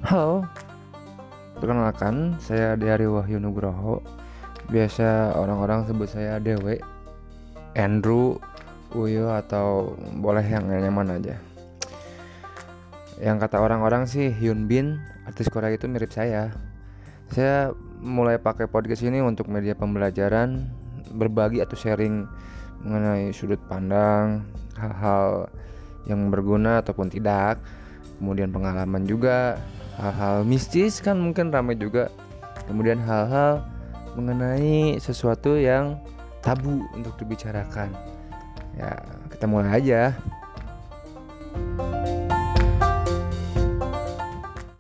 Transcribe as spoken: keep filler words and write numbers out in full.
Halo, perkenalkan saya Deary Wahyu Nugroho. Biasa orang-orang sebut saya Dewe, Andrew, Uyo, atau boleh yang nyaman aja. Yang kata orang-orang sih Hyun Bin, artis Korea itu mirip saya. Saya mulai pakai podcast ini untuk media pembelajaran, berbagi atau sharing mengenai sudut pandang, hal-hal yang berguna ataupun tidak. Kemudian pengalaman juga, hal-hal mistis kan mungkin ramai juga. Kemudian hal-hal mengenai sesuatu yang tabu untuk dibicarakan. Ya, kita mulai aja.